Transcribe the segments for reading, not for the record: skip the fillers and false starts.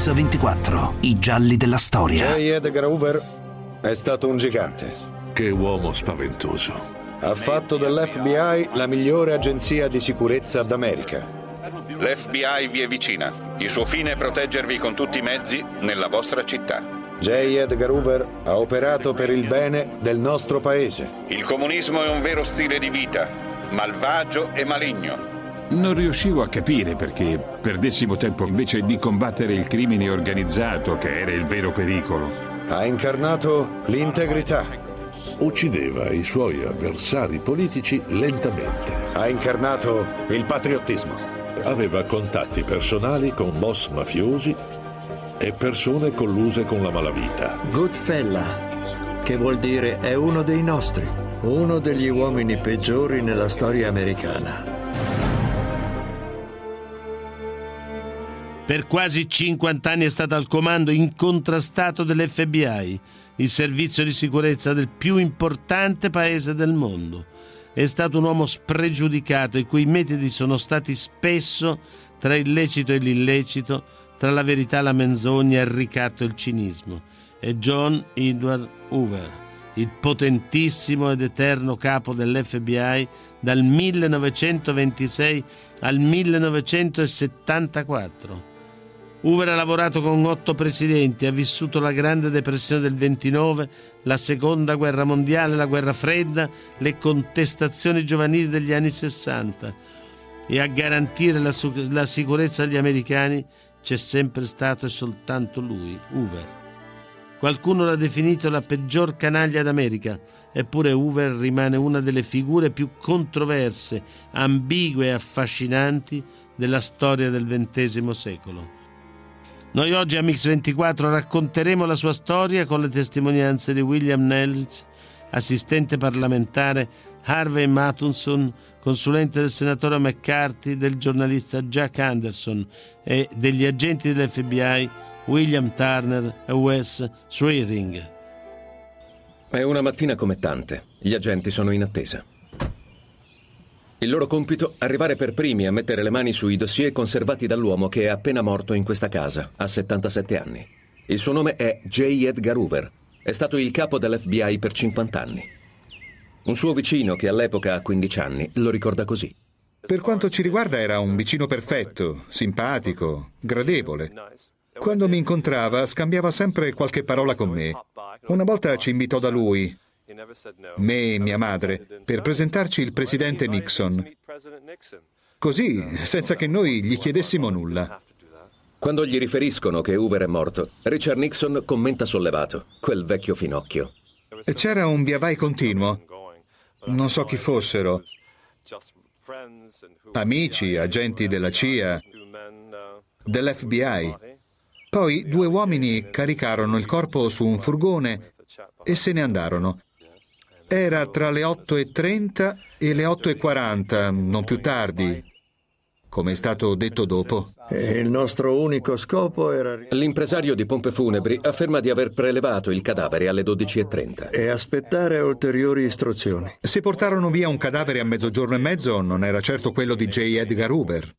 Mix24, i gialli della storia. J. Edgar Hoover è stato un gigante. Che uomo spaventoso. Ha fatto dell'FBI la migliore agenzia di sicurezza d'America. L'FBI vi è vicina. Il suo fine è proteggervi con tutti i mezzi nella vostra città. J. Edgar Hoover ha operato per il bene del nostro paese. Il comunismo è un vero stile di vita, malvagio e maligno. Non riuscivo a capire perché perdessimo tempo invece di combattere il crimine organizzato, che era il vero pericolo. Ha incarnato l'integrità. Uccideva i suoi avversari politici lentamente. Ha incarnato il patriottismo. Aveva contatti personali con boss mafiosi e persone colluse con la malavita. Goodfella, che vuol dire è uno dei nostri, uno degli uomini peggiori nella storia americana. Per quasi 50 anni è stato al comando incontrastato dell'FBI, il servizio di sicurezza del più importante paese del mondo. È stato un uomo spregiudicato, i cui metodi sono stati spesso tra il lecito e l'illecito, tra la verità e la menzogna, il ricatto e il cinismo. È John Edward Hoover, il potentissimo ed eterno capo dell'FBI dal 1926 al 1974. Hoover ha lavorato con 8 presidenti, ha vissuto la Grande Depressione del 29, la Seconda Guerra Mondiale, la Guerra Fredda, le contestazioni giovanili degli anni 60, e a garantire la sicurezza degli americani c'è sempre stato e soltanto lui, Hoover. Qualcuno l'ha definito la peggior canaglia d'America, eppure Hoover rimane una delle figure più controverse, ambigue e affascinanti della storia del XX secolo. Noi oggi a Mix24 racconteremo la sua storia con le testimonianze di William Nelson, assistente parlamentare, Harvey Mathewson, consulente del senatore McCarthy, del giornalista Jack Anderson e degli agenti dell'FBI William Turner e Wes Swearing. È una mattina come tante. Gli agenti sono in attesa. Il loro compito è arrivare per primi a mettere le mani sui dossier conservati dall'uomo che è appena morto in questa casa, a 77 anni. Il suo nome è J. Edgar Hoover. È stato il capo dell'FBI per 50 anni. Un suo vicino, che all'epoca ha 15 anni, lo ricorda così. Per quanto ci riguarda era un vicino perfetto, simpatico, gradevole. Quando mi incontrava scambiava sempre qualche parola con me. Una volta ci invitò da lui, me e mia madre, per presentarci il presidente Nixon. Così, senza che noi gli chiedessimo nulla. Quando gli riferiscono che Hoover è morto, Richard Nixon commenta sollevato: quel vecchio finocchio. C'era un via vai continuo. Non so chi fossero. Amici, agenti della CIA, dell'FBI. Poi 2 uomini caricarono il corpo su un furgone e se ne andarono. Era tra le 8:30 e le 8:40, non più tardi, come è stato detto dopo. E il nostro unico scopo era... L'impresario di pompe funebri afferma di aver prelevato il cadavere alle 12:30. E aspettare ulteriori istruzioni. Se portarono via un cadavere a 12:30, non era certo quello di J. Edgar Hoover.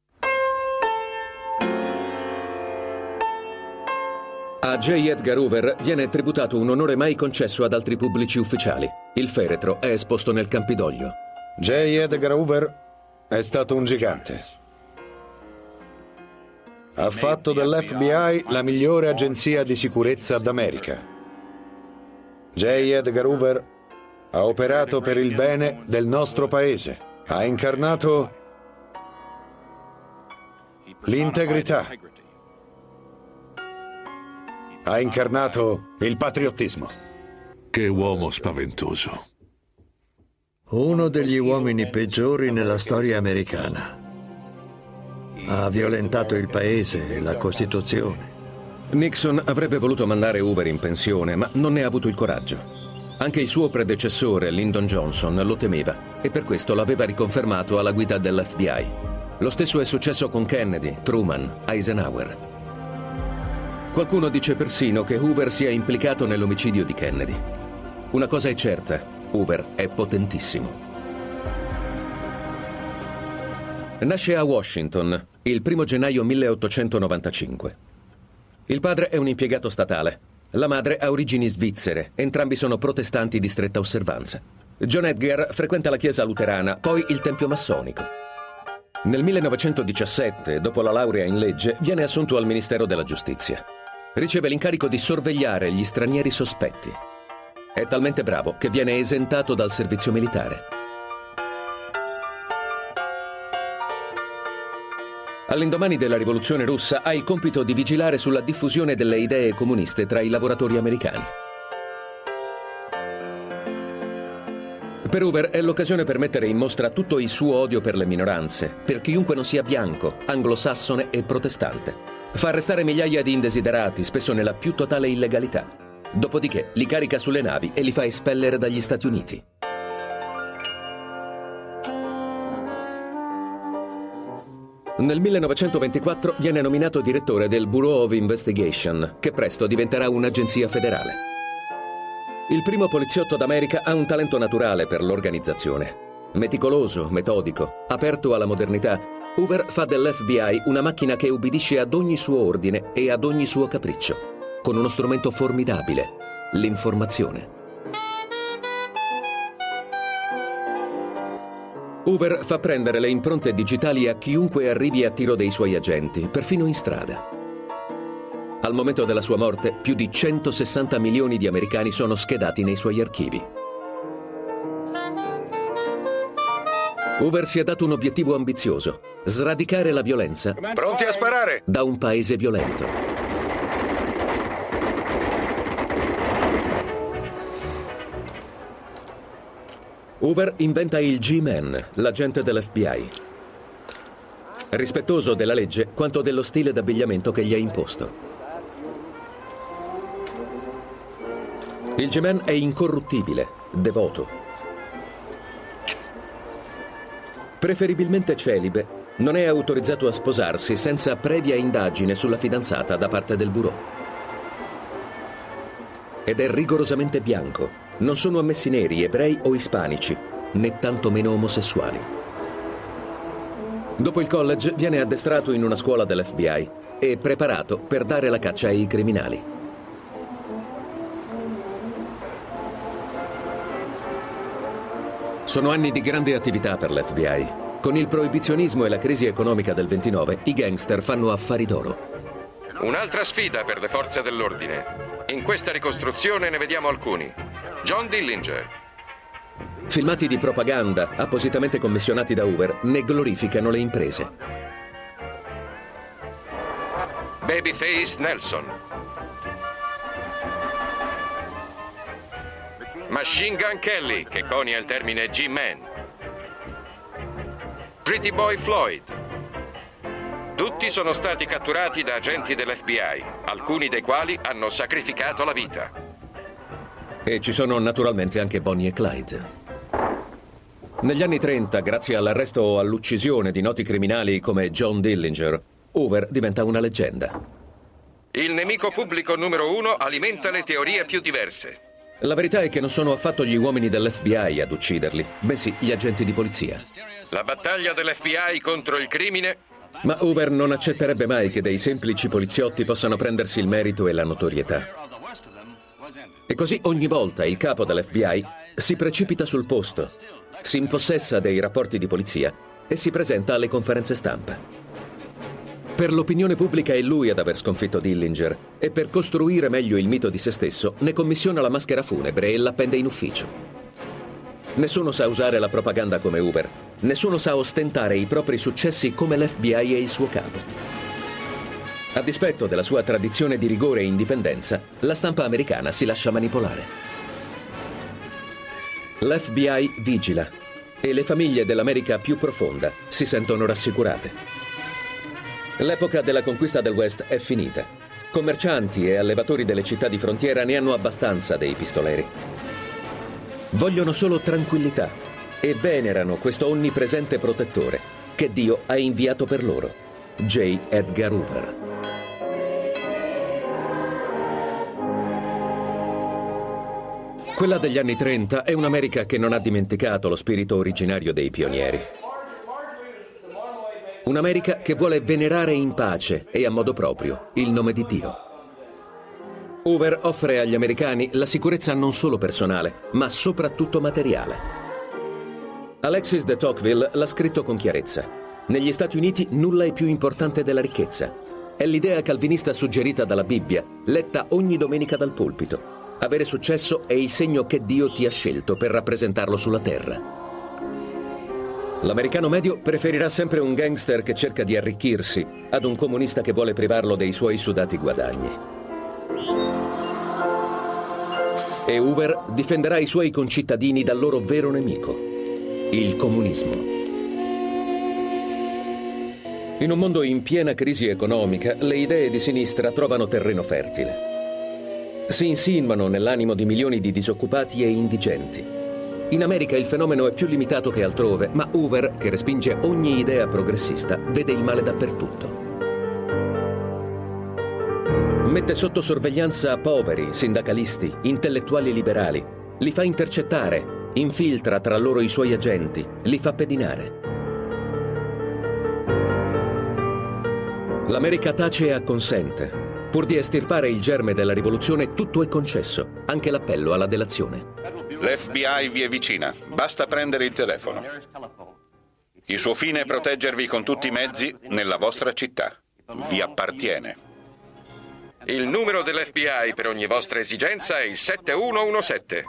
A J. Edgar Hoover viene tributato un onore mai concesso ad altri pubblici ufficiali. Il feretro è esposto nel Campidoglio. J. Edgar Hoover è stato un gigante. Ha fatto dell'FBI la migliore agenzia di sicurezza d'America. J. Edgar Hoover ha operato per il bene del nostro paese. Ha incarnato l'integrità. Ha incarnato il patriottismo. Che uomo spaventoso. Uno degli uomini peggiori nella storia americana. Ha violentato il paese e la Costituzione. Nixon avrebbe voluto mandare Hoover in pensione, ma non ne ha avuto il coraggio. Anche il suo predecessore, Lyndon Johnson, lo temeva e per questo l'aveva riconfermato alla guida dell'FBI. Lo stesso è successo con Kennedy, Truman, Eisenhower. Qualcuno dice persino che Hoover sia implicato nell'omicidio di Kennedy. Una cosa è certa, Hoover è potentissimo. Nasce a Washington il 1 gennaio 1895. Il padre è un impiegato statale. La madre ha origini svizzere. Entrambi sono protestanti di stretta osservanza. John Edgar frequenta la chiesa luterana, poi il tempio massonico. Nel 1917, dopo la laurea in legge, viene assunto al Ministero della Giustizia. Riceve l'incarico di sorvegliare gli stranieri sospetti. È talmente bravo che viene esentato dal servizio militare. All'indomani della rivoluzione russa ha il compito di vigilare sulla diffusione delle idee comuniste tra i lavoratori americani. Per Hoover è l'occasione per mettere in mostra tutto il suo odio per le minoranze, per chiunque non sia bianco, anglosassone e protestante. Fa arrestare migliaia di indesiderati, spesso nella più totale illegalità. Dopodiché li carica sulle navi e li fa espellere dagli Stati Uniti. Nel 1924 viene nominato direttore del Bureau of Investigation, che presto diventerà un'agenzia federale. Il primo poliziotto d'America ha un talento naturale per l'organizzazione. Meticoloso, metodico, aperto alla modernità, Hoover fa dell'FBI una macchina che ubbidisce ad ogni suo ordine e ad ogni suo capriccio, con uno strumento formidabile, l'informazione. Hoover fa prendere le impronte digitali a chiunque arrivi a tiro dei suoi agenti, perfino in strada. Al momento della sua morte, più di 160 milioni di americani sono schedati nei suoi archivi. Hoover si è dato un obiettivo ambizioso: sradicare la violenza. Pronti a sparare? Da un paese violento. Hoover inventa il G-Man, l'agente dell'FBI. Rispettoso della legge quanto dello stile d'abbigliamento che gli ha imposto. Il G-Man è incorruttibile, devoto. Preferibilmente celibe, non è autorizzato a sposarsi senza previa indagine sulla fidanzata da parte del bureau. Ed è rigorosamente bianco. Non sono ammessi neri, ebrei o ispanici, né tantomeno omosessuali. Dopo il college viene addestrato in una scuola dell'FBI e preparato per dare la caccia ai criminali. Sono anni di grande attività per l'FBI. Con il proibizionismo e la crisi economica del 29, i gangster fanno affari d'oro. Un'altra sfida per le forze dell'ordine. In questa ricostruzione ne vediamo alcuni. John Dillinger. Filmati di propaganda, appositamente commissionati da Hoover, ne glorificano le imprese. Babyface Nelson. Machine Gun Kelly, che conia il termine G-Man. Pretty Boy Floyd. Tutti sono stati catturati da agenti dell'FBI, alcuni dei quali hanno sacrificato la vita. E ci sono naturalmente anche Bonnie e Clyde. Negli anni 30, grazie all'arresto o all'uccisione di noti criminali come John Dillinger, Hoover diventa una leggenda. Il nemico pubblico numero 1 alimenta le teorie più diverse. La verità è che non sono affatto gli uomini dell'FBI ad ucciderli, bensì gli agenti di polizia. La battaglia dell'FBI contro il crimine. Ma Hoover non accetterebbe mai che dei semplici poliziotti possano prendersi il merito e la notorietà. E così ogni volta il capo dell'FBI si precipita sul posto, si impossessa dei rapporti di polizia e si presenta alle conferenze stampa. Per l'opinione pubblica è lui ad aver sconfitto Dillinger e per costruire meglio il mito di se stesso ne commissiona la maschera funebre e l'appende in ufficio. Nessuno sa usare la propaganda come Hoover, nessuno sa ostentare i propri successi come l'FBI e il suo capo. A dispetto della sua tradizione di rigore e indipendenza, la stampa americana si lascia manipolare. L'FBI vigila e le famiglie dell'America più profonda si sentono rassicurate. L'epoca della conquista del West è finita. Commercianti e allevatori delle città di frontiera ne hanno abbastanza dei pistoleri. Vogliono solo tranquillità e venerano questo onnipresente protettore che Dio ha inviato per loro, J. Edgar Hoover. Quella degli anni 30 è un'America che non ha dimenticato lo spirito originario dei pionieri. Un'America che vuole venerare in pace e a modo proprio il nome di Dio. Hoover offre agli americani la sicurezza non solo personale, ma soprattutto materiale. Alexis de Tocqueville l'ha scritto con chiarezza. Negli Stati Uniti nulla è più importante della ricchezza. È l'idea calvinista suggerita dalla Bibbia, letta ogni domenica dal pulpito. Avere successo è il segno che Dio ti ha scelto per rappresentarlo sulla terra. L'americano medio preferirà sempre un gangster che cerca di arricchirsi ad un comunista che vuole privarlo dei suoi sudati guadagni. E Hoover difenderà i suoi concittadini dal loro vero nemico, il comunismo. In un mondo in piena crisi economica, le idee di sinistra trovano terreno fertile. Si insinuano nell'animo di milioni di disoccupati e indigenti. In America il fenomeno è più limitato che altrove, ma Hoover, che respinge ogni idea progressista, vede il male dappertutto. Mette sotto sorveglianza poveri, sindacalisti, intellettuali liberali. Li fa intercettare, infiltra tra loro i suoi agenti, li fa pedinare. L'America tace e acconsente. Pur di estirpare il germe della rivoluzione, tutto è concesso, anche l'appello alla delazione. L'FBI vi è vicina, basta prendere il telefono. Il suo fine è proteggervi con tutti i mezzi nella vostra città. Vi appartiene. Il numero dell'FBI per ogni vostra esigenza è il 7117.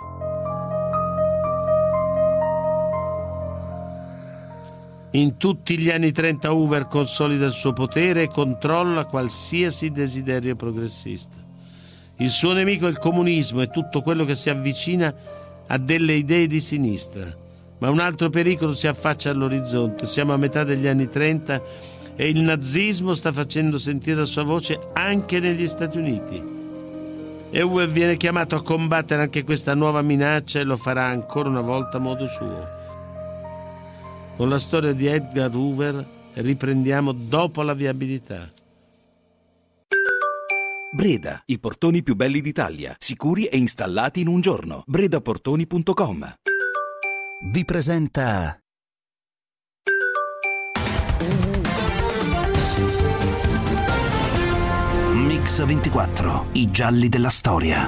In tutti gli anni 30 Hoover consolida il suo potere e controlla qualsiasi desiderio progressista. Il suo nemico è il comunismo e tutto quello che si avvicina a delle idee di sinistra. Ma un altro pericolo si affaccia all'orizzonte. Siamo a metà degli anni 30 e il nazismo sta facendo sentire la sua voce anche negli Stati Uniti. E Hoover viene chiamato a combattere anche questa nuova minaccia e lo farà ancora una volta a modo suo. Con la storia di Edgar Hoover riprendiamo dopo la viabilità. Breda, i portoni più belli d'Italia, sicuri e installati in un giorno. bredaportoni.com vi presenta Mix 24, i gialli della storia.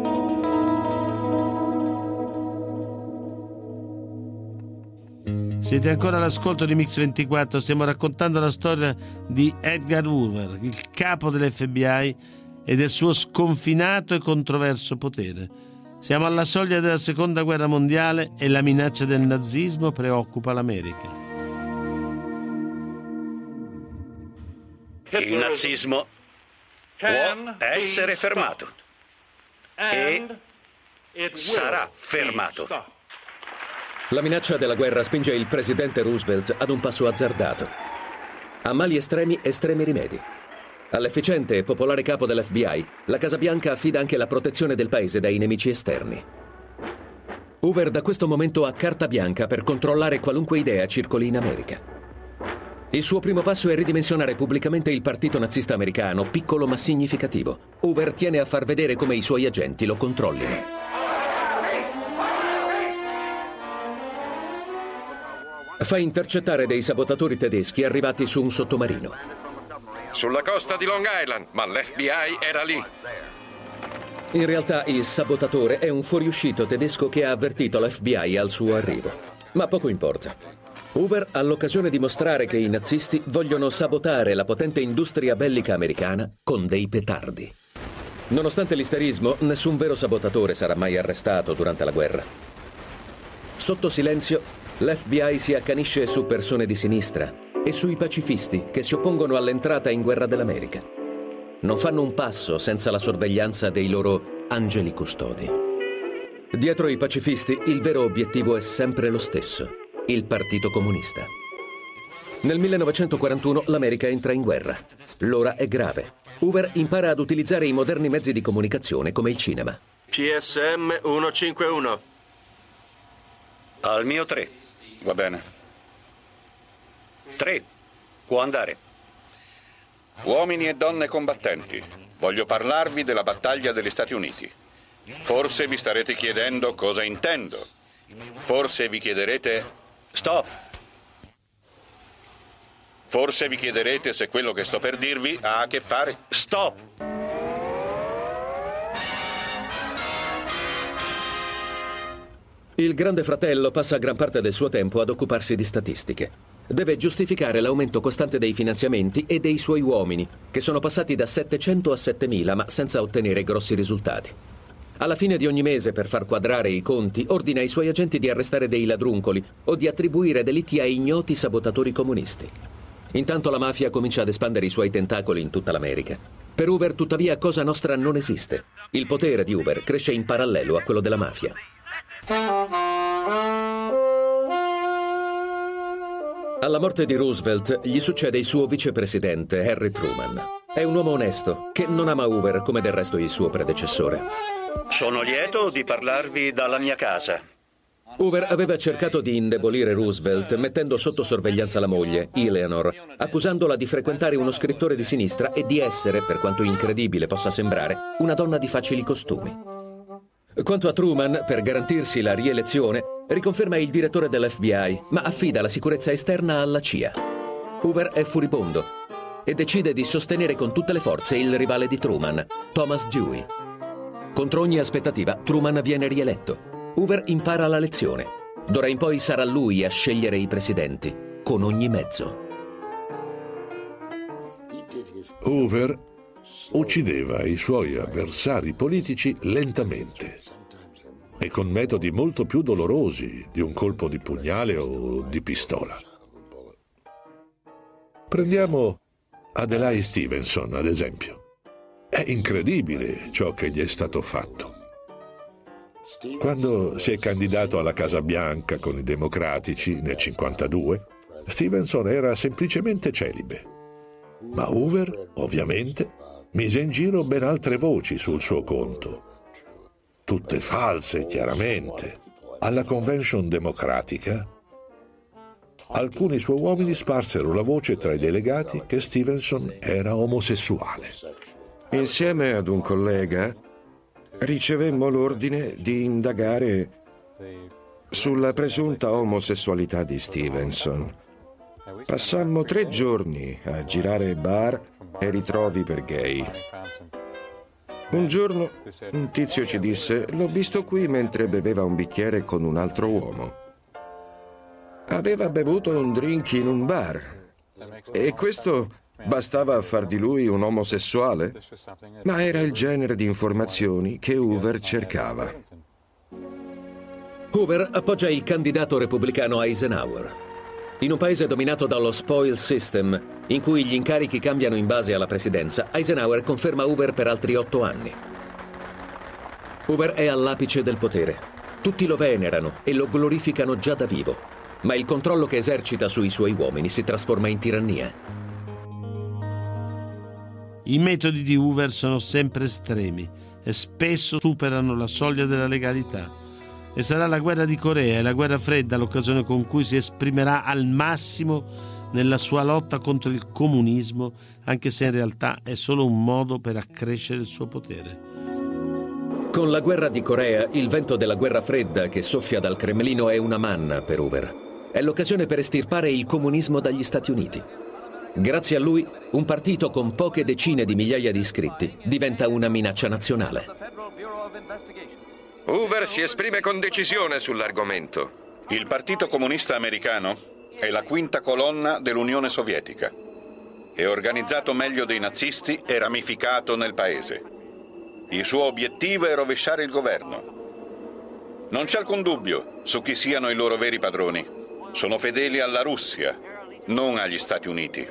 Siete ancora all'ascolto di Mix 24, stiamo raccontando la storia di Edgar Hoover, il capo dell'FBI e del suo sconfinato e controverso potere. Siamo alla soglia della Seconda Guerra Mondiale e la minaccia del nazismo preoccupa l'America. Il nazismo può essere fermato e sarà fermato. La minaccia della guerra spinge il presidente Roosevelt ad un passo azzardato. A mali estremi, estremi rimedi. All'efficiente e popolare capo dell'FBI, la Casa Bianca affida anche la protezione del paese dai nemici esterni. Hoover da questo momento ha carta bianca per controllare qualunque idea circoli in America. Il suo primo passo è ridimensionare pubblicamente il partito nazista americano, piccolo ma significativo. Hoover tiene a far vedere come i suoi agenti lo controllino. Fa intercettare dei sabotatori tedeschi arrivati su un sottomarino. Sulla costa di Long Island, ma l'FBI era lì. In realtà il sabotatore è un fuoriuscito tedesco che ha avvertito l'FBI al suo arrivo. Ma poco importa. Hoover ha l'occasione di mostrare che i nazisti vogliono sabotare la potente industria bellica americana con dei petardi. Nonostante l'isterismo, nessun vero sabotatore sarà mai arrestato durante la guerra. Sotto silenzio, l'FBI si accanisce su persone di sinistra e sui pacifisti che si oppongono all'entrata in guerra dell'America. Non fanno un passo senza la sorveglianza dei loro angeli custodi. Dietro i pacifisti il vero obiettivo è sempre lo stesso: il Partito Comunista. Nel 1941 l'America entra in guerra. L'ora è grave. Hoover impara ad utilizzare i moderni mezzi di comunicazione come il cinema. PSM 151. Al mio 3. Va bene. 3. Può andare. Uomini e donne combattenti, voglio parlarvi della battaglia degli Stati Uniti. Forse vi starete chiedendo cosa intendo. Forse vi chiederete... Stop! Forse vi chiederete se quello che sto per dirvi ha a che fare... Stop! Il Grande Fratello passa gran parte del suo tempo ad occuparsi di statistiche. Deve giustificare l'aumento costante dei finanziamenti e dei suoi uomini, che sono passati da 700 a 7.000, ma senza ottenere grossi risultati. Alla fine di ogni mese, per far quadrare i conti, ordina ai suoi agenti di arrestare dei ladruncoli o di attribuire delitti a ignoti sabotatori comunisti. Intanto la mafia comincia ad espandere i suoi tentacoli in tutta l'America. Per Hoover, tuttavia, Cosa Nostra non esiste. Il potere di Hoover cresce in parallelo a quello della mafia. Alla morte di Roosevelt gli succede il suo vicepresidente, Harry Truman. È un uomo onesto, che non ama Hoover come del resto il suo predecessore. Sono lieto di parlarvi dalla mia casa. Hoover aveva cercato di indebolire Roosevelt mettendo sotto sorveglianza la moglie, Eleanor, accusandola di frequentare uno scrittore di sinistra e di essere, per quanto incredibile possa sembrare, una donna di facili costumi. Quanto a Truman, per garantirsi la rielezione, riconferma il direttore dell'FBI, ma affida la sicurezza esterna alla CIA. Hoover è furibondo e decide di sostenere con tutte le forze il rivale di Truman, Thomas Dewey. Contro ogni aspettativa, Truman viene rieletto. Hoover impara la lezione. D'ora in poi sarà lui a scegliere i presidenti, con ogni mezzo. Hoover uccideva i suoi avversari politici lentamente e con metodi molto più dolorosi di un colpo di pugnale o di pistola. Prendiamo Adlai Stevenson, ad esempio. È incredibile ciò che gli è stato fatto. Quando si è candidato alla Casa Bianca con i democratici nel 1952, Stevenson era semplicemente celibe. Ma Hoover, ovviamente, mise in giro ben altre voci sul suo conto. Tutte false, chiaramente. Alla convention democratica, alcuni suoi uomini sparsero la voce tra i delegati che Stevenson era omosessuale. Insieme ad un collega ricevemmo l'ordine di indagare sulla presunta omosessualità di Stevenson. Passammo 3 giorni a girare bar e ritrovi per gay. Un giorno un tizio ci disse: l'ho visto qui mentre beveva un bicchiere con un altro uomo. Aveva bevuto un drink in un bar e questo bastava a far di lui un omosessuale? Ma era il genere di informazioni che Hoover cercava. Hoover appoggia il candidato repubblicano Eisenhower. In un paese dominato dallo spoil system, in cui gli incarichi cambiano in base alla presidenza, Eisenhower conferma Hoover per altri 8 anni. Hoover è all'apice del potere. Tutti lo venerano e lo glorificano già da vivo, ma il controllo che esercita sui suoi uomini si trasforma in tirannia. I metodi di Hoover sono sempre estremi e spesso superano la soglia della legalità. E sarà la guerra di Corea e la guerra fredda l'occasione con cui si esprimerà al massimo nella sua lotta contro il comunismo, anche se in realtà è solo un modo per accrescere il suo potere. Con la guerra di Corea, il vento della guerra fredda che soffia dal Cremlino è una manna per Hoover. È l'occasione per estirpare il comunismo dagli Stati Uniti. Grazie a lui, un partito con poche decine di migliaia di iscritti diventa una minaccia nazionale. Hoover si esprime con decisione sull'argomento. Il Partito Comunista Americano è la quinta colonna dell'Unione Sovietica. È organizzato meglio dei nazisti e ramificato nel paese. Il suo obiettivo è rovesciare il governo. Non c'è alcun dubbio su chi siano i loro veri padroni. Sono fedeli alla Russia, non agli Stati Uniti.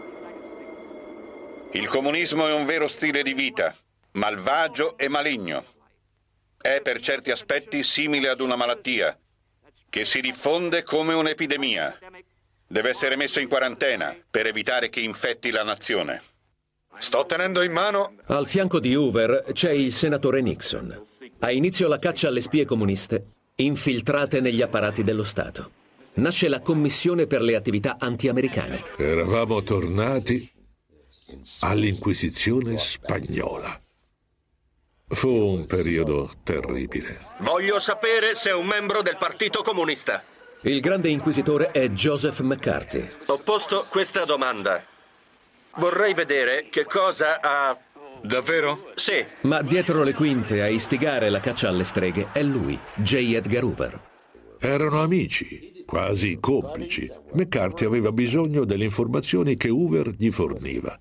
Il comunismo è un vero stile di vita, malvagio e maligno. È per certi aspetti simile ad una malattia, che si diffonde come un'epidemia. Deve essere messo in quarantena per evitare che infetti la nazione. Sto tenendo in mano... Al fianco di Hoover c'è il senatore Nixon. Ha inizio la caccia alle spie comuniste, infiltrate negli apparati dello Stato. Nasce la Commissione per le attività anti-americane. Eravamo tornati all'Inquisizione spagnola. Fu un periodo terribile. Voglio sapere se è un membro del Partito Comunista. Il grande inquisitore è Joseph McCarthy. Ho posto questa domanda. Vorrei vedere che cosa ha... Davvero? Sì. Ma dietro le quinte a istigare la caccia alle streghe è lui, J. Edgar Hoover. Erano amici, quasi complici. McCarthy aveva bisogno delle informazioni che Hoover gli forniva,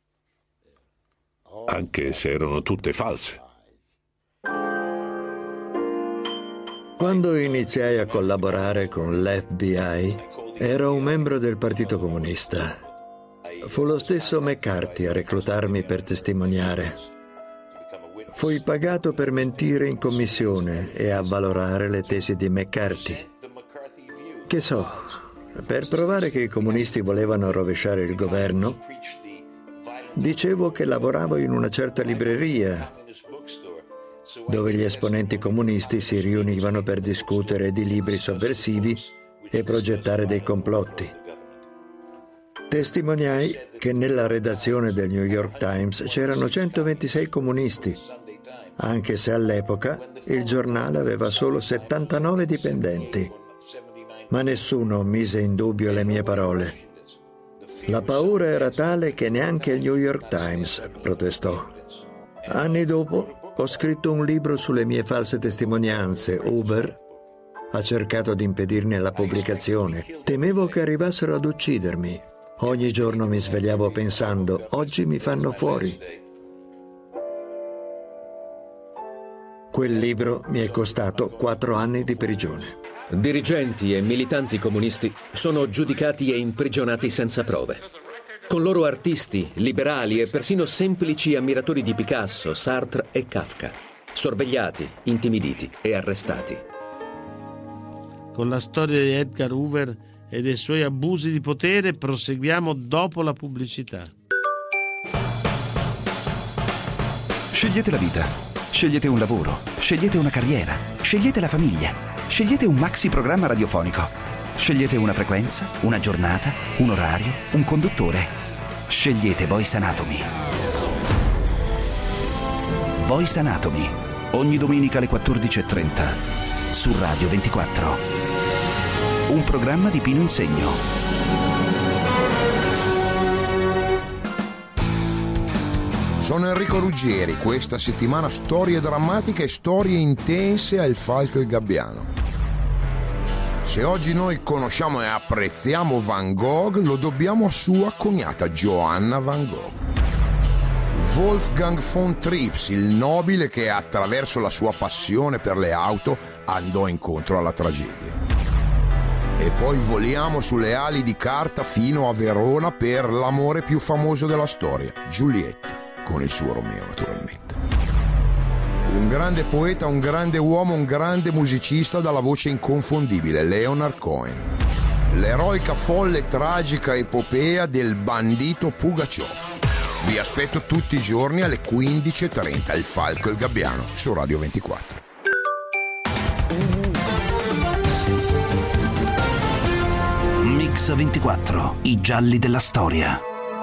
anche se erano tutte false. Quando iniziai a collaborare con l'FBI, ero un membro del Partito Comunista. Fu lo stesso McCarthy a reclutarmi per testimoniare. Fui pagato per mentire in commissione e avvalorare le tesi di McCarthy. Che so, per provare che i comunisti volevano rovesciare il governo, dicevo che lavoravo in una certa libreria dove gli esponenti comunisti si riunivano per discutere di libri sovversivi e progettare dei complotti. Testimoniai che nella redazione del New York Times c'erano 126 comunisti, anche se all'epoca il giornale aveva solo 79 dipendenti. Ma nessuno mise in dubbio le mie parole. La paura era tale che neanche il New York Times protestò. Anni dopo ho scritto un libro sulle mie false testimonianze. Hoover ha cercato di impedirne la pubblicazione. Temevo che arrivassero ad uccidermi. Ogni giorno mi svegliavo pensando, oggi mi fanno fuori. Quel libro mi è costato 4 anni di prigione. Dirigenti e militanti comunisti sono giudicati e imprigionati senza prove. Con loro artisti, liberali e persino semplici ammiratori di Picasso, Sartre e Kafka, sorvegliati, intimiditi e arrestati. Con la storia di Edgar Hoover e dei suoi abusi di potere proseguiamo dopo la pubblicità. Scegliete la vita, scegliete un lavoro, scegliete una carriera, scegliete la famiglia, scegliete un maxi programma radiofonico. Scegliete una frequenza, una giornata, un orario, un conduttore. Scegliete Voice Anatomy. Voice Anatomy, ogni domenica alle 14:30 su Radio 24. Un programma di Pino Insegno. Sono Enrico Ruggeri, questa settimana storie drammatiche e storie intense a Il Falco e il Gabbiano. Se oggi noi conosciamo e apprezziamo Van Gogh, lo dobbiamo a sua cognata Johanna Van Gogh. Wolfgang von Trips, il nobile che attraverso la sua passione per le auto andò incontro alla tragedia. E poi voliamo sulle ali di carta fino a Verona per l'amore più famoso della storia, Giulietta, con il suo Romeo naturalmente. Un grande poeta, un grande uomo, un grande musicista dalla voce inconfondibile, Leonard Cohen. L'eroica, folle e tragica epopea del bandito Pugaciov. Vi aspetto tutti i giorni alle 15:30, Il Falco e il Gabbiano, su Radio 24. Mix 24, i gialli della storia.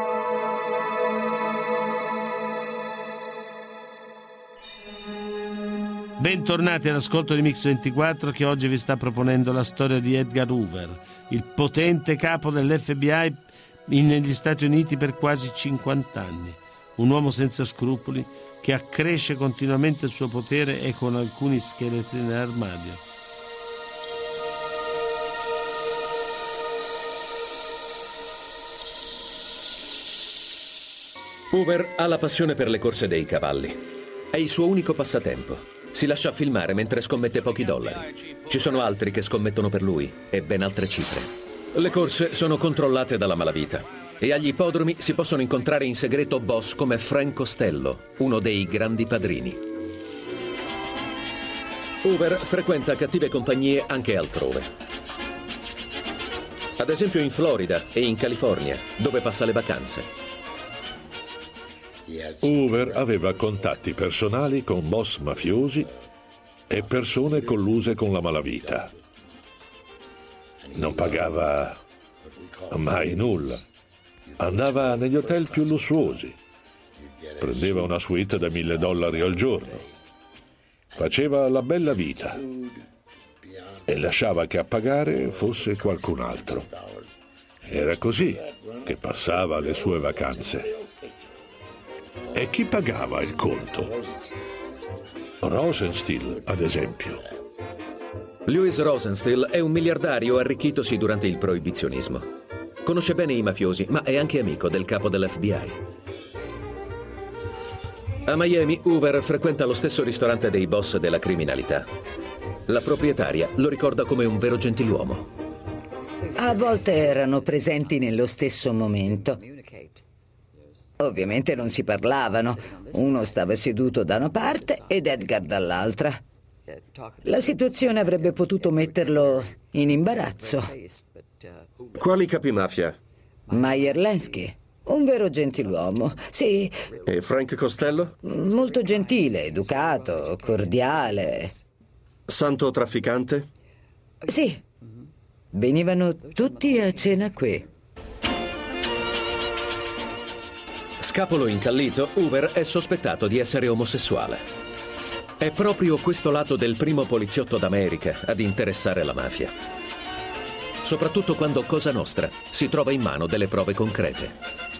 Bentornati all'ascolto di Mix 24 che oggi vi sta proponendo la storia di Edgar Hoover, il potente capo dell'FBI negli Stati Uniti per quasi 50 anni. Un uomo senza scrupoli che accresce continuamente il suo potere e con alcuni scheletri nell'armadio. Hoover ha la passione per le corse dei cavalli. È il suo unico passatempo. Si lascia filmare mentre scommette pochi dollari. Ci sono altri che scommettono per lui e ben altre cifre. Le corse sono controllate dalla malavita e agli ippodromi si possono incontrare in segreto boss come Frank Costello, uno dei grandi padrini. Hoover frequenta cattive compagnie anche altrove. Ad esempio in Florida e in California, dove passa le vacanze. Hoover aveva contatti personali con boss mafiosi e persone colluse con la malavita. Non pagava mai nulla. Andava negli hotel più lussuosi. Prendeva una suite da $1.000 al giorno. Faceva la bella vita e lasciava che a pagare fosse qualcun altro. Era così che passava le sue vacanze. E chi pagava il conto? Rosenstiel, ad esempio. Louis Rosenstiel è un miliardario arricchitosi durante il proibizionismo. Conosce bene i mafiosi, ma è anche amico del capo dell'FBI. A Miami, Hoover frequenta lo stesso ristorante dei boss della criminalità. La proprietaria lo ricorda come un vero gentiluomo. A volte erano presenti nello stesso momento. Ovviamente non si parlavano. Uno stava seduto da una parte ed Edgar dall'altra. La situazione avrebbe potuto metterlo in imbarazzo. Quali capimafia? Meyer Lansky, un vero gentiluomo, sì. E Frank Costello? Molto gentile, educato, cordiale. Santo trafficante? Sì, venivano tutti a cena qui. Scapolo incallito, Hoover è sospettato di essere omosessuale. È proprio questo lato del primo poliziotto d'America ad interessare la mafia. Soprattutto quando Cosa Nostra si trova in mano delle prove concrete.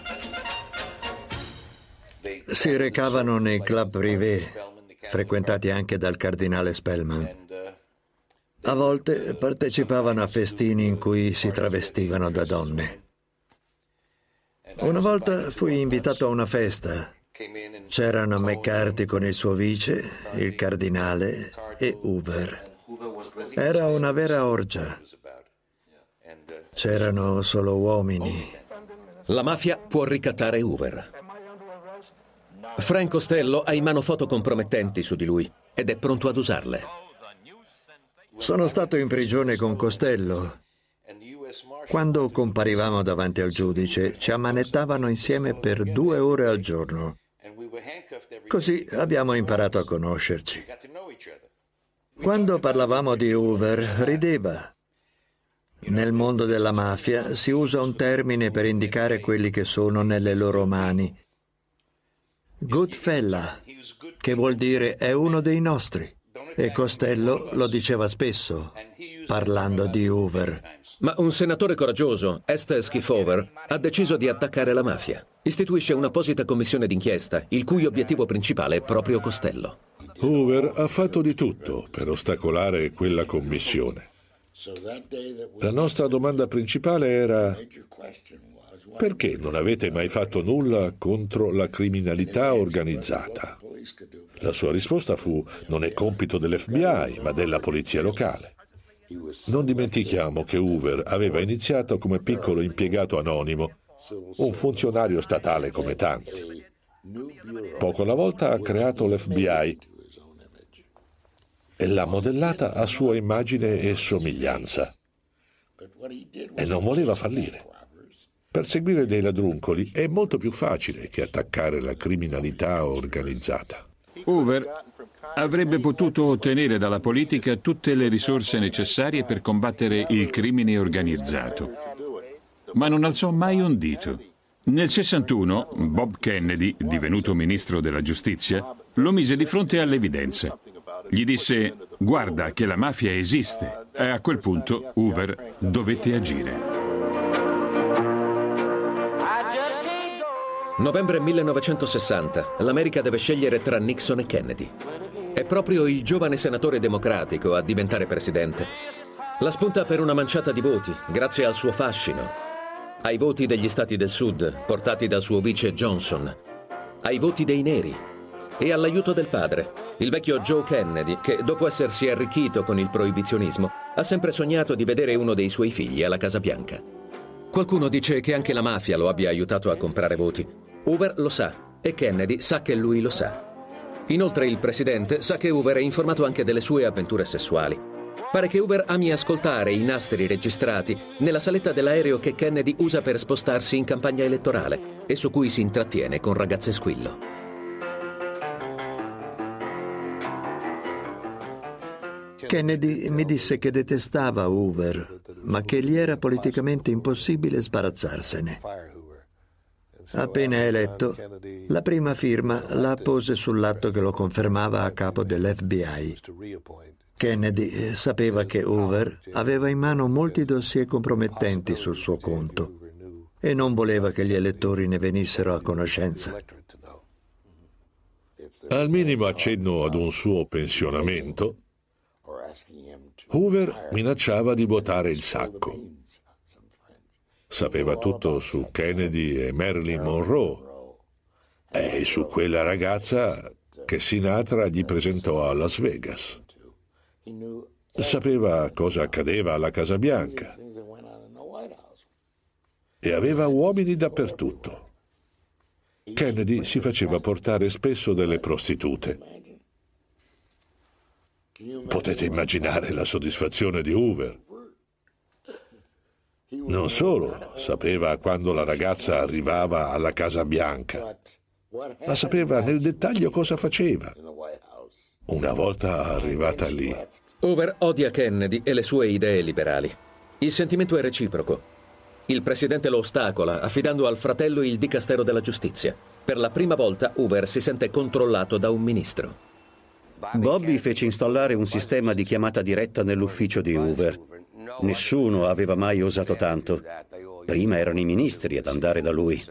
Si recavano nei club privé, frequentati anche dal cardinale Spellman. A volte partecipavano a festini in cui si travestivano da donne. Una volta fui invitato a una festa. C'erano McCarthy con il suo vice, il cardinale e Hoover. Era una vera orgia. C'erano solo uomini. La mafia può ricattare Hoover. Frank Costello ha in mano foto compromettenti su di lui ed è pronto ad usarle. Sono stato in prigione con Costello. Quando comparivamo davanti al giudice, ci ammanettavano insieme per 2 ore al giorno. Così abbiamo imparato a conoscerci. Quando parlavamo di Hoover, rideva. Nel mondo della mafia si usa un termine per indicare quelli che sono nelle loro mani. Good fella, che vuol dire è uno dei nostri. E Costello lo diceva spesso, parlando di Hoover. Ma un senatore coraggioso, Estes Kefauver, ha deciso di attaccare la mafia. Istituisce un'apposita commissione d'inchiesta, il cui obiettivo principale è proprio Costello. Hoover ha fatto di tutto per ostacolare quella commissione. La nostra domanda principale era: perché non avete mai fatto nulla contro la criminalità organizzata? La sua risposta fu: non è compito dell'FBI, ma della polizia locale. Non dimentichiamo che Hoover aveva iniziato come piccolo impiegato anonimo, un funzionario statale come tanti. Poco alla volta ha creato l'FBI e l'ha modellata a sua immagine e somiglianza. E non voleva fallire. Perseguire dei ladruncoli è molto più facile che attaccare la criminalità organizzata. Hoover avrebbe potuto ottenere dalla politica tutte le risorse necessarie per combattere il crimine organizzato, ma non alzò mai un dito. Nel 61, Bob Kennedy, divenuto ministro della giustizia, lo mise di fronte all'evidenza. Gli disse: guarda che la mafia esiste. E a quel punto Hoover dovette agire. Novembre 1960, l'America deve scegliere tra Nixon e Kennedy. È proprio il giovane senatore democratico a diventare presidente. La spunta per una manciata di voti, grazie al suo fascino, ai voti degli stati del sud, portati dal suo vice Johnson, ai voti dei neri e all'aiuto del padre, il vecchio Joe Kennedy, che dopo essersi arricchito con il proibizionismo, ha sempre sognato di vedere uno dei suoi figli alla Casa Bianca. Qualcuno dice che anche la mafia lo abbia aiutato a comprare voti. Hoover lo sa e Kennedy sa che lui lo sa. Inoltre il presidente sa che Hoover è informato anche delle sue avventure sessuali. Pare che Hoover ami ascoltare i nastri registrati nella saletta dell'aereo che Kennedy usa per spostarsi in campagna elettorale e su cui si intrattiene con ragazze squillo. Kennedy mi disse che detestava Hoover, ma che gli era politicamente impossibile sbarazzarsene. Appena eletto, la prima firma la appose sull'atto che lo confermava a capo dell'FBI. Kennedy sapeva che Hoover aveva in mano molti dossier compromettenti sul suo conto e non voleva che gli elettori ne venissero a conoscenza. Al minimo accenno ad un suo pensionamento, Hoover minacciava di vuotare il sacco. Sapeva tutto su Kennedy e Marilyn Monroe e su quella ragazza che Sinatra gli presentò a Las Vegas. Sapeva cosa accadeva alla Casa Bianca e aveva uomini dappertutto. Kennedy si faceva portare spesso delle prostitute. Potete immaginare la soddisfazione di Hoover. Non solo sapeva quando la ragazza arrivava alla Casa Bianca, ma sapeva nel dettaglio cosa faceva una volta arrivata lì. Hoover odia Kennedy e le sue idee liberali. Il sentimento è reciproco. Il presidente lo ostacola, affidando al fratello il dicastero della giustizia. Per la prima volta Hoover si sente controllato da un ministro. Bobby fece installare un sistema di chiamata diretta nell'ufficio di Hoover. Nessuno aveva mai osato tanto. Prima erano i ministri ad andare da lui.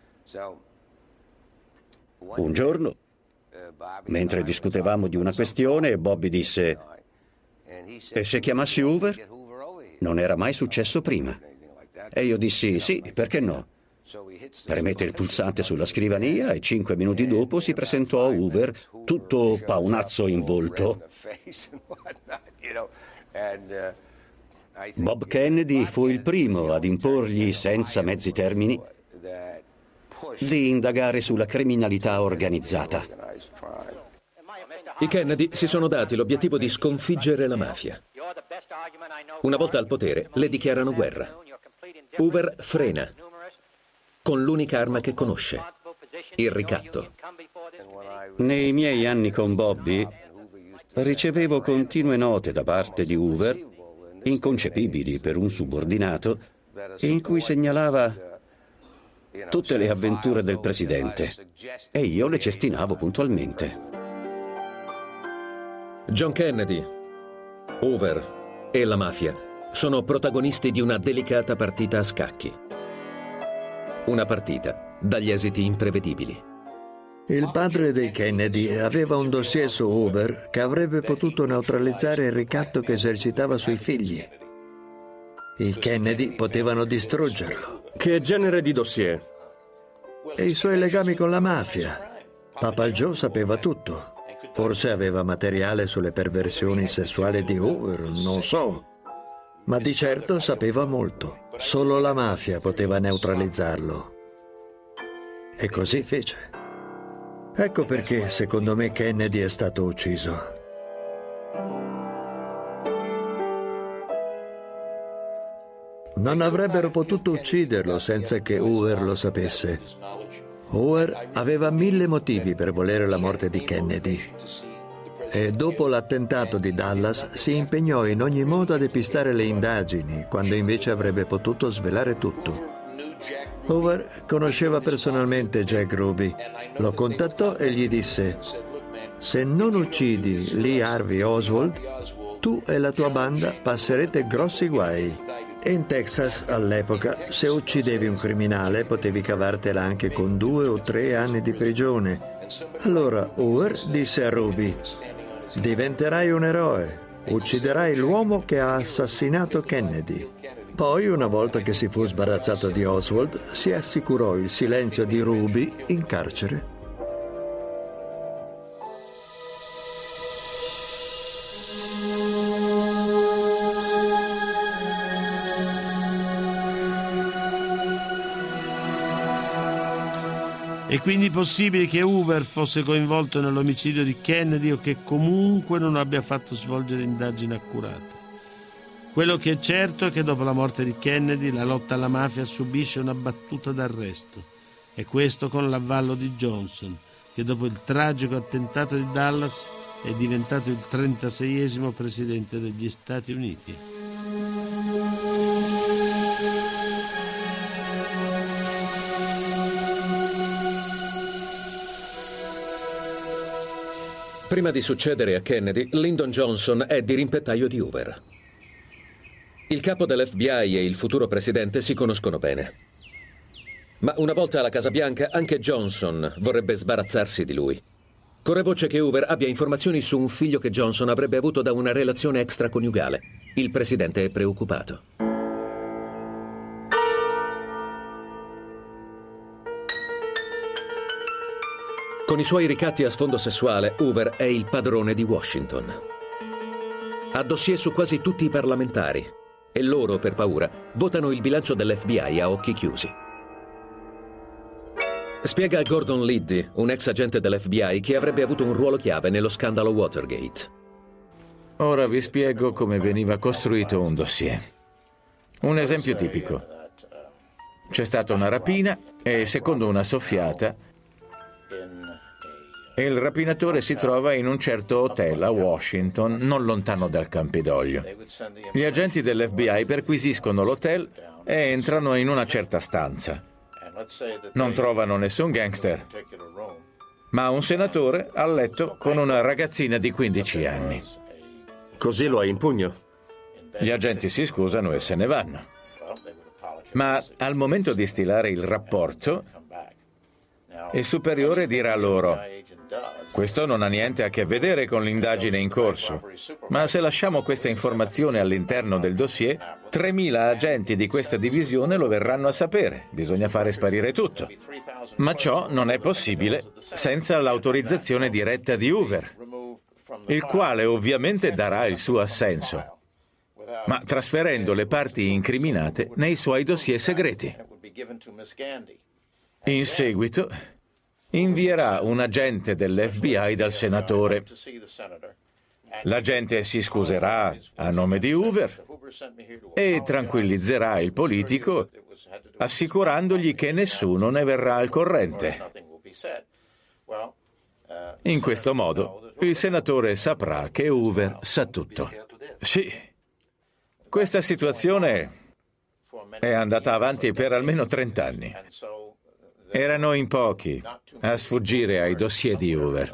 Un giorno, mentre discutevamo di una questione, Bobby disse: "E se chiamassi Hoover?" Non era mai successo prima. E io dissi: "Sì, perché no?" Premette il pulsante sulla scrivania e 5 minuti dopo si presentò a Hoover, tutto paonazzo in volto. Bob Kennedy fu il primo ad imporgli, senza mezzi termini, di indagare sulla criminalità organizzata. I Kennedy si sono dati l'obiettivo di sconfiggere la mafia. Una volta al potere, le dichiarano guerra. Hoover frena, con l'unica arma che conosce, il ricatto. Nei miei anni con Bobby, ricevevo continue note da parte di Hoover, inconcepibili per un subordinato, in cui segnalava tutte le avventure del presidente, e io le cestinavo puntualmente. John Kennedy, Hoover e la mafia sono protagonisti di una delicata partita a scacchi. Una partita dagli esiti imprevedibili. Il padre dei Kennedy aveva un dossier su Hoover che avrebbe potuto neutralizzare il ricatto che esercitava sui figli. I Kennedy potevano distruggerlo. Che genere di dossier? E i suoi legami con la mafia. Papa Joe sapeva tutto. Forse aveva materiale sulle perversioni sessuali di Hoover, non so. Ma di certo sapeva molto. Solo la mafia poteva neutralizzarlo. E così fece. Ecco perché, secondo me, Kennedy è stato ucciso. Non avrebbero potuto ucciderlo senza che Hoover lo sapesse. Hoover aveva 1000 motivi per volere la morte di Kennedy. E dopo l'attentato di Dallas si impegnò in ogni modo a depistare le indagini, quando invece avrebbe potuto svelare tutto. Hoover conosceva personalmente Jack Ruby. Lo contattò e gli disse: "Se non uccidi Lee Harvey Oswald, tu e la tua banda passerete grossi guai. In Texas, all'epoca, se uccidevi un criminale, potevi cavartela anche con 2 o 3 anni di prigione." Allora Hoover disse a Ruby: "Diventerai un eroe. Ucciderai l'uomo che ha assassinato Kennedy." Poi, una volta che si fu sbarazzato di Oswald, si assicurò il silenzio di Ruby in carcere. È quindi possibile che Hoover fosse coinvolto nell'omicidio di Kennedy o che comunque non abbia fatto svolgere indagini accurate. Quello che è certo è che dopo la morte di Kennedy la lotta alla mafia subisce una battuta d'arresto. E questo con l'avvallo di Johnson, che dopo il tragico attentato di Dallas è diventato il 36esimo presidente degli Stati Uniti. Prima di succedere a Kennedy, Lyndon Johnson è dirimpettaio di Hoover. Il capo dell'FBI e il futuro presidente si conoscono bene. Ma una volta alla Casa Bianca, anche Johnson vorrebbe sbarazzarsi di lui. Corre voce che Hoover abbia informazioni su un figlio che Johnson avrebbe avuto da una relazione extraconiugale. Il presidente è preoccupato. Con i suoi ricatti a sfondo sessuale, Hoover è il padrone di Washington. Ha dossier su quasi tutti i parlamentari e loro, per paura, votano il bilancio dell'FBI a occhi chiusi. Spiega a Gordon Liddy, un ex agente dell'FBI che avrebbe avuto un ruolo chiave nello scandalo Watergate. Ora vi spiego come veniva costruito un dossier. Un esempio tipico. C'è stata una rapina e, secondo una soffiata, il rapinatore si trova in un certo hotel a Washington, non lontano dal Campidoglio. Gli agenti dell'FBI perquisiscono l'hotel e entrano in una certa stanza. Non trovano nessun gangster, ma un senatore a letto con una ragazzina di 15 anni. Così lo hai in pugno? Gli agenti si scusano e se ne vanno. Ma al momento di stilare il rapporto, il superiore dirà loro: questo non ha niente a che vedere con l'indagine in corso, ma se lasciamo questa informazione all'interno del dossier, 3.000 agenti di questa divisione lo verranno a sapere. Bisogna fare sparire tutto. Ma ciò non è possibile senza l'autorizzazione diretta di Hoover, il quale ovviamente darà il suo assenso, ma trasferendo le parti incriminate nei suoi dossier segreti. In seguito invierà un agente dell'FBI dal senatore. L'agente si scuserà a nome di Hoover e tranquillizzerà il politico, assicurandogli che nessuno ne verrà al corrente. In questo modo il senatore saprà che Hoover sa tutto. Sì, questa situazione è andata avanti per almeno 30 anni. Erano in pochi a sfuggire ai dossier di Hoover.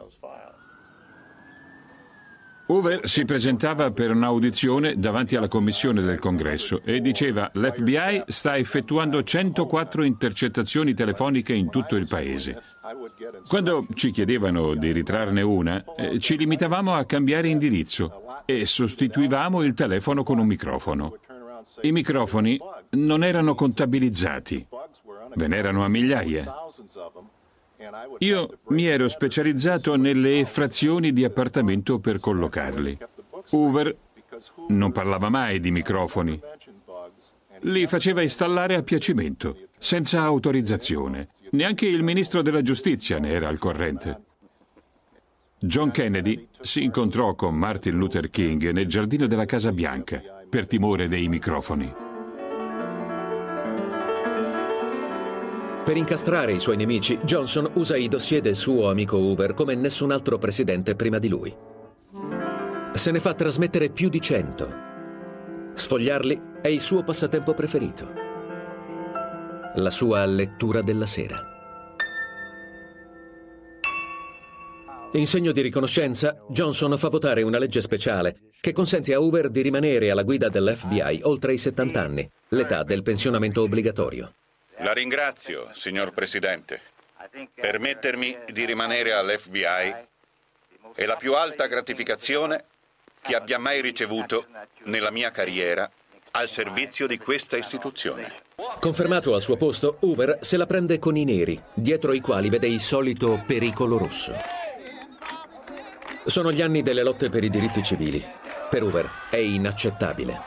Hoover si presentava per un'audizione davanti alla commissione del Congresso e diceva: l'FBI sta effettuando 104 intercettazioni telefoniche in tutto il paese. Quando ci chiedevano di ritrarne una, ci limitavamo a cambiare indirizzo e sostituivamo il telefono con un microfono. I microfoni non erano contabilizzati. Ve n'erano a migliaia. Io mi ero specializzato nelle effrazioni di appartamento per collocarli. Hoover non parlava mai di microfoni. Li faceva installare a piacimento, senza autorizzazione. Neanche il ministro della giustizia ne era al corrente. John Kennedy si incontrò con Martin Luther King nel giardino della Casa Bianca per timore dei microfoni. Per incastrare i suoi nemici, Johnson usa i dossier del suo amico Hoover come nessun altro presidente prima di lui. Se ne fa trasmettere più di 100. Sfogliarli è il suo passatempo preferito. La sua lettura della sera. In segno di riconoscenza, Johnson fa votare una legge speciale che consente a Hoover di rimanere alla guida dell'FBI oltre i 70 anni, l'età del pensionamento obbligatorio. La ringrazio, signor Presidente. Permettermi di rimanere all'FBI è la più alta gratificazione che abbia mai ricevuto nella mia carriera al servizio di questa istituzione. Confermato al suo posto, Hoover se la prende con i neri, dietro i quali vede il solito pericolo rosso. Sono gli anni delle lotte per i diritti civili. Per Hoover è inaccettabile.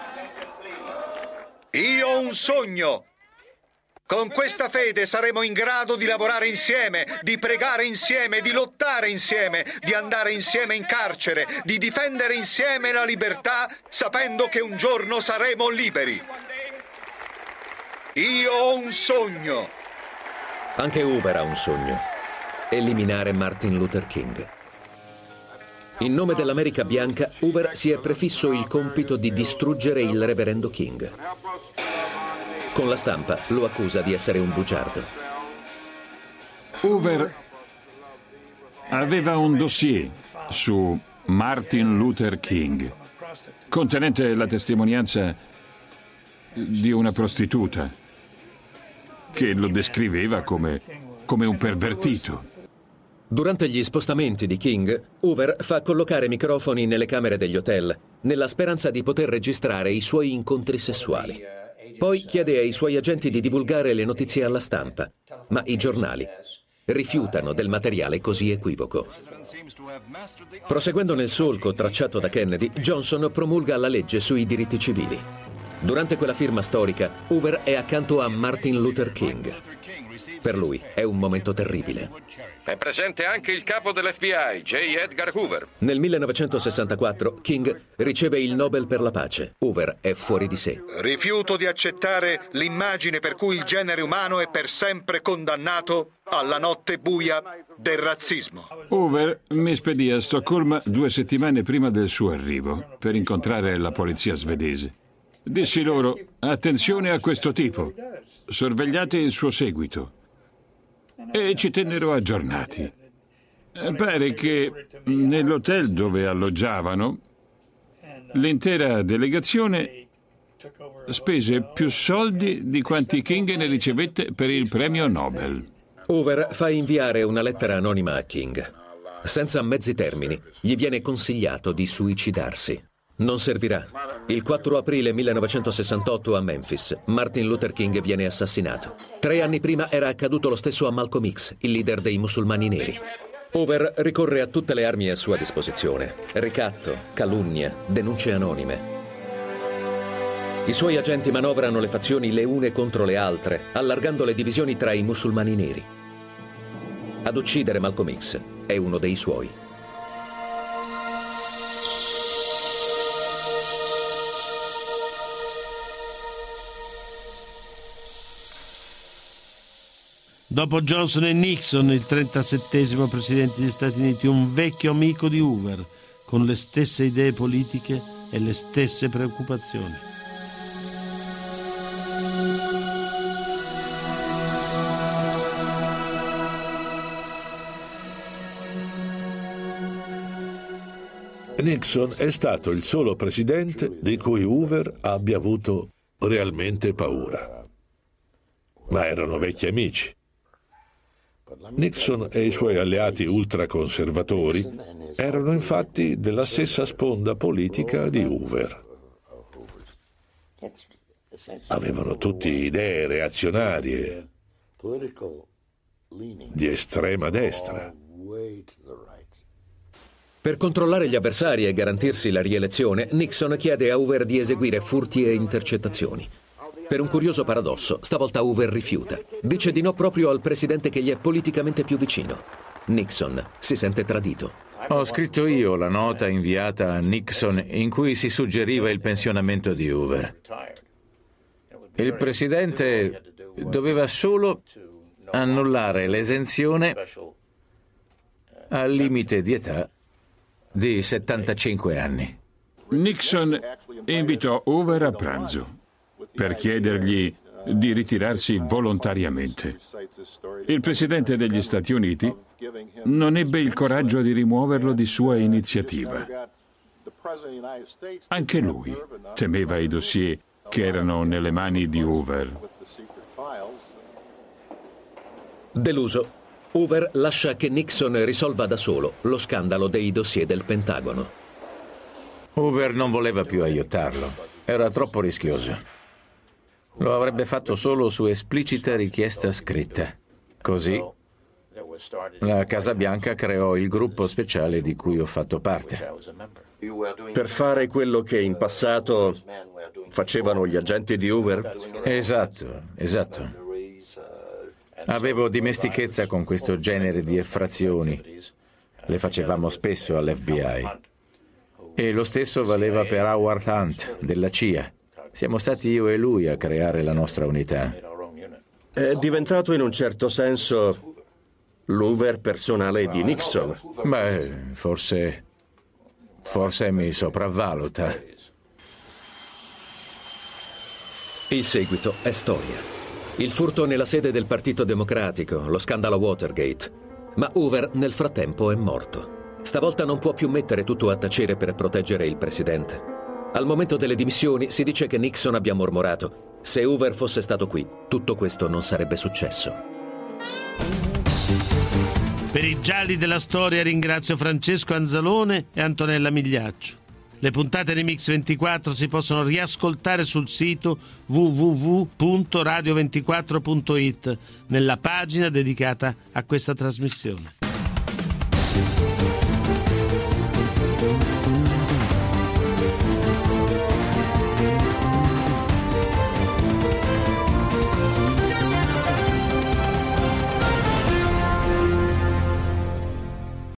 Io ho un sogno! Con questa fede saremo in grado di lavorare insieme, di pregare insieme, di lottare insieme, di andare insieme in carcere, di difendere insieme la libertà, sapendo che un giorno saremo liberi. Io ho un sogno. Anche Hoover ha un sogno: eliminare Martin Luther King. In nome dell'America bianca, Hoover si è prefisso il compito di distruggere il reverendo King. Con la stampa lo accusa di essere un bugiardo. Hoover aveva un dossier su Martin Luther King, contenente la testimonianza di una prostituta che lo descriveva come un pervertito. Durante gli spostamenti di King, Hoover fa collocare microfoni nelle camere degli hotel, nella speranza di poter registrare i suoi incontri sessuali. Poi chiede ai suoi agenti di divulgare le notizie alla stampa, ma i giornali rifiutano del materiale così equivoco. Proseguendo nel solco tracciato da Kennedy, Johnson promulga la legge sui diritti civili. Durante quella firma storica, Hoover è accanto a Martin Luther King. Per lui è un momento terribile. È presente anche il capo dell'FBI, J. Edgar Hoover. Nel 1964 King riceve il Nobel per la pace. Hoover è fuori di sé. Rifiuto di accettare l'immagine per cui il genere umano è per sempre condannato alla notte buia del razzismo. Hoover mi spedì a Stoccolma 2 settimane prima del suo arrivo per incontrare la polizia svedese. Dissi loro: attenzione a questo tipo, sorvegliate il suo seguito. E ci tennero aggiornati. Pare che nell'hotel dove alloggiavano l'intera delegazione spese più soldi di quanti King ne ricevette per il premio Nobel. Hoover fa inviare una lettera anonima a King. Senza mezzi termini, gli viene consigliato di suicidarsi. Non servirà. Il 4 aprile 1968 a Memphis, Martin Luther King viene assassinato. 3 anni prima era accaduto lo stesso a Malcolm X, il leader dei musulmani neri. Hoover ricorre a tutte le armi a sua disposizione: ricatto, calunnia, denunce anonime. I suoi agenti manovrano le fazioni le une contro le altre, allargando le divisioni tra i musulmani neri. Ad uccidere Malcolm X è uno dei suoi. Dopo Johnson e Nixon, il 37° presidente degli Stati Uniti, un vecchio amico di Hoover, con le stesse idee politiche e le stesse preoccupazioni. Nixon è stato il solo presidente di cui Hoover abbia avuto realmente paura. Ma erano vecchi amici. Nixon e i suoi alleati ultraconservatori erano infatti della stessa sponda politica di Hoover. Avevano tutti idee reazionarie di estrema destra. Per controllare gli avversari e garantirsi la rielezione, Nixon chiede a Hoover di eseguire furti e intercettazioni. Per un curioso paradosso, stavolta Hoover rifiuta. Dice di no proprio al presidente che gli è politicamente più vicino. Nixon si sente tradito. Ho scritto io la nota inviata a Nixon in cui si suggeriva il pensionamento di Hoover. Il presidente doveva solo annullare l'esenzione al limite di età di 75 anni. Nixon invitò Hoover a pranzo per chiedergli di ritirarsi volontariamente. Il presidente degli Stati Uniti non ebbe il coraggio di rimuoverlo di sua iniziativa. Anche lui temeva i dossier che erano nelle mani di Hoover. Deluso, Hoover lascia che Nixon risolva da solo lo scandalo dei dossier del Pentagono. Hoover non voleva più aiutarlo. Era troppo rischioso. Lo avrebbe fatto solo su esplicita richiesta scritta. Così la Casa Bianca creò il gruppo speciale di cui ho fatto parte. Per fare quello che in passato facevano gli agenti di Hoover? Esatto. Avevo dimestichezza con questo genere di effrazioni. Le facevamo spesso all'FBI. E lo stesso valeva per Howard Hunt, della CIA. Siamo stati io e lui a creare la nostra unità. È diventato in un certo senso l'Hoover personale di Nixon. Beh, forse mi sopravvaluta. Il seguito è storia. Il furto nella sede del Partito Democratico, lo scandalo Watergate. Ma Hoover nel frattempo è morto. Stavolta non può più mettere tutto a tacere per proteggere il presidente. Al momento delle dimissioni si dice che Nixon abbia mormorato: se Hoover fosse stato qui, tutto questo non sarebbe successo. Per i gialli della storia ringrazio Francesco Anzalone e Antonella Migliaccio. Le puntate di Mix24 si possono riascoltare sul sito www.radio24.it nella pagina dedicata a questa trasmissione.